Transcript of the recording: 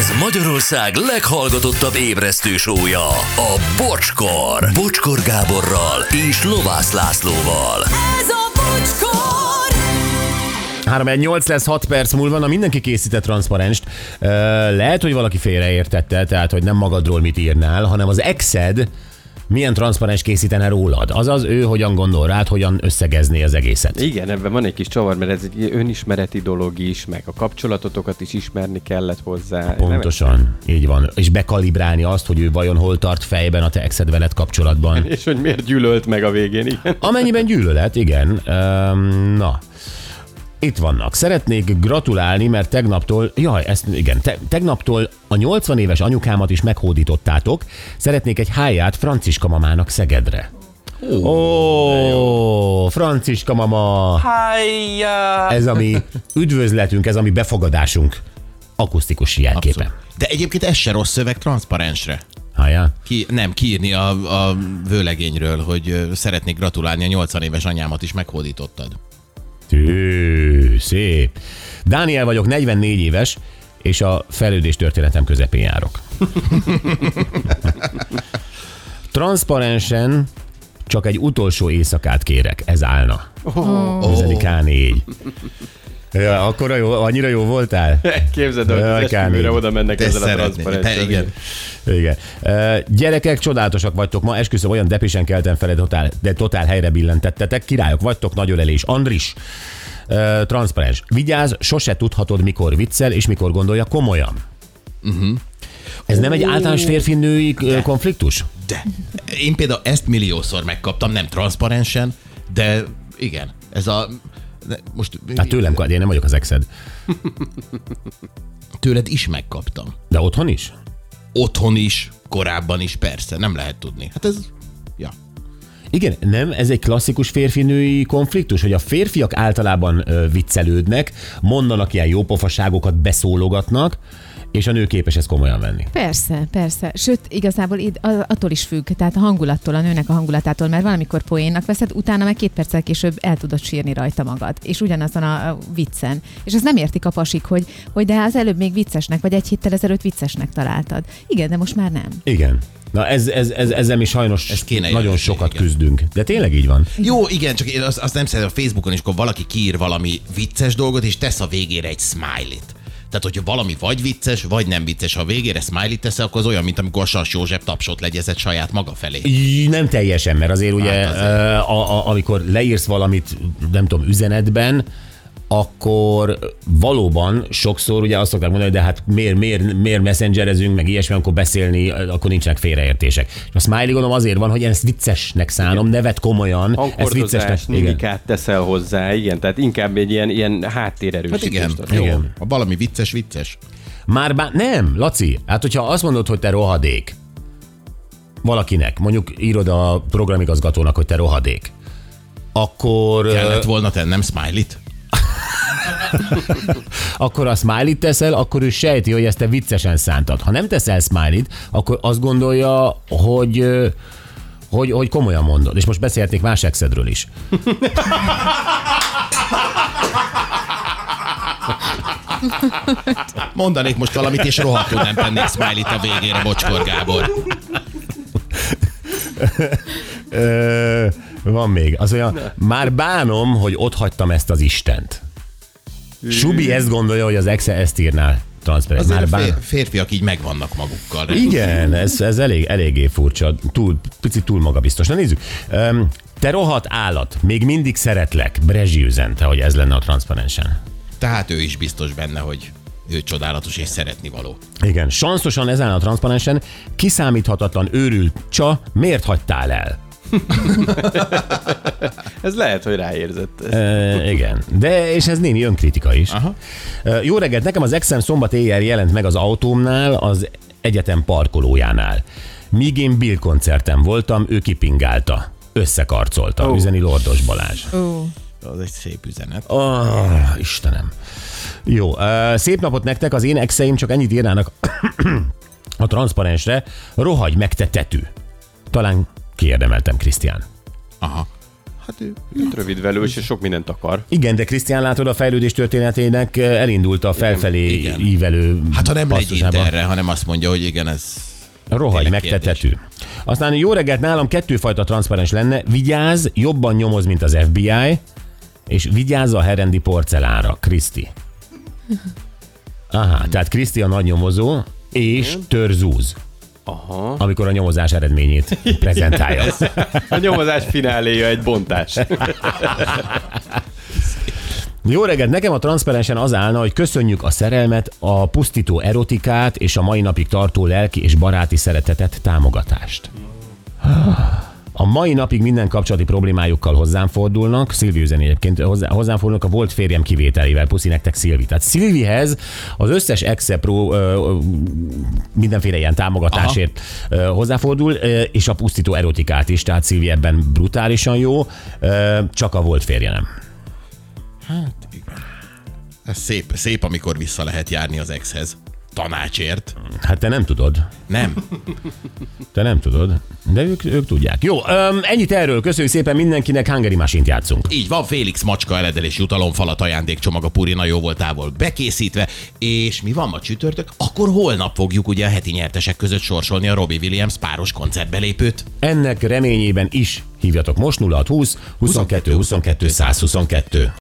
Ez Magyarország leghallgatottabb ébresztő show-ja, a Bocskor. Bocskor Gáborral és Lovász Lászlóval. Ez a Bocskor! 3-8 lesz 6 perc múlva, na mindenki készített transzparenst. Lehet, hogy valaki félreértette, tehát, hogy nem magadról mit írnál, hanem az exed milyen transzparens készítene rólad. Azaz ő hogyan gondol rád, hogyan összegezné az egészet. Igen, ebben van egy kis csavar, mert ez egy önismereti dolog is, meg a kapcsolatotokat is ismerni kellett hozzá. Pontosan, így van. És bekalibrálni azt, hogy ő vajon hol tart fejben a te exed veled kapcsolatban. És hogy miért gyűlölt meg a végén, igen. Amennyiben gyűlölet, igen. Na, itt vannak. Szeretnék gratulálni, mert tegnaptól, tegnaptól a 80 éves anyukámat is meghódítottátok. Szeretnék egy háját Franciska mamának Szegedre. Franciska mama! Hájjá! Ez a mi üdvözletünk, ez a mi befogadásunk akusztikus jelképe. Abszolút. De egyébként ez se rossz szöveg transzparensre. Hájá? Kiírni a vőlegényről, hogy szeretnék gratulálni, a 80 éves anyámat is meghódítottad. Szép. Dániel vagyok, 44 éves, és a fejlődés történetem közepén járok. Transzparensen csak egy utolsó éjszakát kérek, ez állna. Üzenik K4. Ja, akkora jó, annyira jó voltál? Képzeld, hogy az esküvőre oda mennek ezzel a transzparenssel. Igen. Gyerekek, csodálatosak vagytok ma, esküszöm, olyan depisen keltem fel, de totál helyre billentettetek. Királyok vagytok, nagy ölelés. Andris, transzparens. Vigyázz, sose tudhatod, mikor viccel, és mikor gondolja komolyan. Ez nem egy általános férfi-női konfliktus? De. Én például ezt milliószor megkaptam, nem transzparensen, de igen, ez a... Most... Hát tőlem, én nem vagyok az exed. Tőled is megkaptam. De otthon is? Otthon is, korábban is, persze, nem lehet tudni. Hát ez... Ja. Igen, nem? Ez egy klasszikus férfi-női konfliktus, hogy a férfiak általában viccelődnek, mondanak ilyen jópofaságokat, beszólogatnak, és a nő képes ezt komolyan venni. Persze. Sőt, igazából attól is függ, tehát a hangulattól, a nőnek a hangulatától, mert valamikor poénnak veszed, utána meg 2 perccel később el tudod sírni rajta magad. És ugyanazon a viccen. És azt nem értik a pasik, hogy de az előbb még viccesnek, vagy egy héttel ezelőtt viccesnek találtad. Igen, de most már nem. Igen. Na ezzel mi sajnos nagyon sokat küzdünk. De tényleg így van. Jó, igen, csak én azt nem szeretem a Facebookon is, akkor valaki kiír valami vicces dolgot, és tesz a végére egy smiley-t. Tehát, hogyha valami vagy vicces, vagy nem vicces, ha a végére smiley teszel, akkor az olyan, mint amikor a Sas József tapsot legyezett saját maga felé. Nem teljesen, mert azért ugye, amikor leírsz valamit, nem tudom, üzenetben, akkor valóban sokszor ugye azt szokták mondani, hogy de hát miért messengerezünk, meg ilyesmi, amikor beszélni, akkor nincsenek félreértések. A smiley gondolom azért van, hogy én ezt viccesnek szánom, nevet komolyan. Ezt viccesnek. Mimikát teszel hozzá, igen, tehát inkább egy ilyen háttérerősítés. Hát igen. Ha valami vicces. Nem, Laci, hát hogyha azt mondod, hogy te rohadék valakinek, mondjuk írod a programigazgatónak, hogy te rohadék, akkor... Kellett volna tennem smiley-t? Akkor a smiley-t teszel, akkor ő sejti, hogy ezt te viccesen szántad. Ha nem teszel smiley-t, akkor azt gondolja, hogy komolyan mondod. És most beszélhetnék más exedről is. Mondanék most valamit, és rohadtul nem tennék smiley-t a végére, Bocskor Gábor. Van még. Az olyan, már bánom, hogy ott hagytam ezt az Istent. Subi ezt gondolja, hogy az exe ezt írnál. Azért a férfiak így megvannak magukkal. Igen, ez eléggé furcsa. Picit túl magabiztos. Na nézzük. Te rohadt állat, még mindig szeretlek. Brezsi üzente, hogy ez lenne a transzparensen. Tehát ő is biztos benne, hogy ő csodálatos és szeretni való. Igen, sanszosan ezen a transzparensen kiszámíthatatlan őrült csa, miért hagytál el? Ez lehet, hogy ráérzett. Igen, de és ez némi önkritika is. Aha. Jó reggelt, nekem az exem szombat éjjel jelent meg az autómnál, az egyetem parkolójánál. Míg én Bill koncerten voltam, ő kipingálta. Összekarcolta. Üzeni Lordos Balázs. Az egy szép üzenet. Istenem. Jó, szép napot nektek, az én exeim csak ennyit írnának a transzparensre. Rohagy meg, te tetű. Talán kiérdemeltem, Krisztián. Aha. Rövidvelős, és sok mindent akar. Igen, de Krisztián, látod, a fejlődés történetének elindult a felfelé Igen. ívelő Hát ha nem legyint passzusában. erre, hanem azt mondja, hogy igen, ez... Rohagy, tényleg megtetető. Aztán jó reggelt, nálam 2 fajta transzparens lenne. Vigyázz, jobban nyomoz, mint az FBI, és vigyázz a herendi porcelánra, Kriszti. Aha, tehát Kriszti a nagy nyomozó, és törzúz, Aha. amikor a nyomozás eredményét prezentálja. A nyomozás fináléja egy bontás. Jó reggelt, nekem a transzparensen az állna, hogy köszönjük a szerelmet, a pusztító erotikát és a mai napig tartó lelki és baráti szeretetet, támogatást. A mai napig minden kapcsolati problémájukkal hozzám fordulnak, Szilvi üzeni egyébként, hozzám fordulnak a volt férjem kivételével, puszi nektek Szilvi. Tehát Szilvihez az összes ex-pro mindenféle ilyen támogatásért hozzáfordul, és a pusztító erotikát is, tehát Szilvi ebben brutálisan jó, csak a volt férje nem. Hát igen. Ez szép, amikor vissza lehet járni az exhez. Tanácsért. Hát te nem tudod. Nem. Te nem tudod, de ők tudják. Jó, ennyit erről. Köszönjük szépen mindenkinek, Hungary Machine-t játszunk. Így van, Félix macska eledelés jutalomfalat ajándékcsomag a Purina jó voltából bekészítve, és mi van ma csütörtök? Akkor holnap fogjuk ugye a heti nyertesek között sorsolni a Robbie Williams páros koncertbelépőt. Ennek reményében is hívjatok most 0620 22 22 122.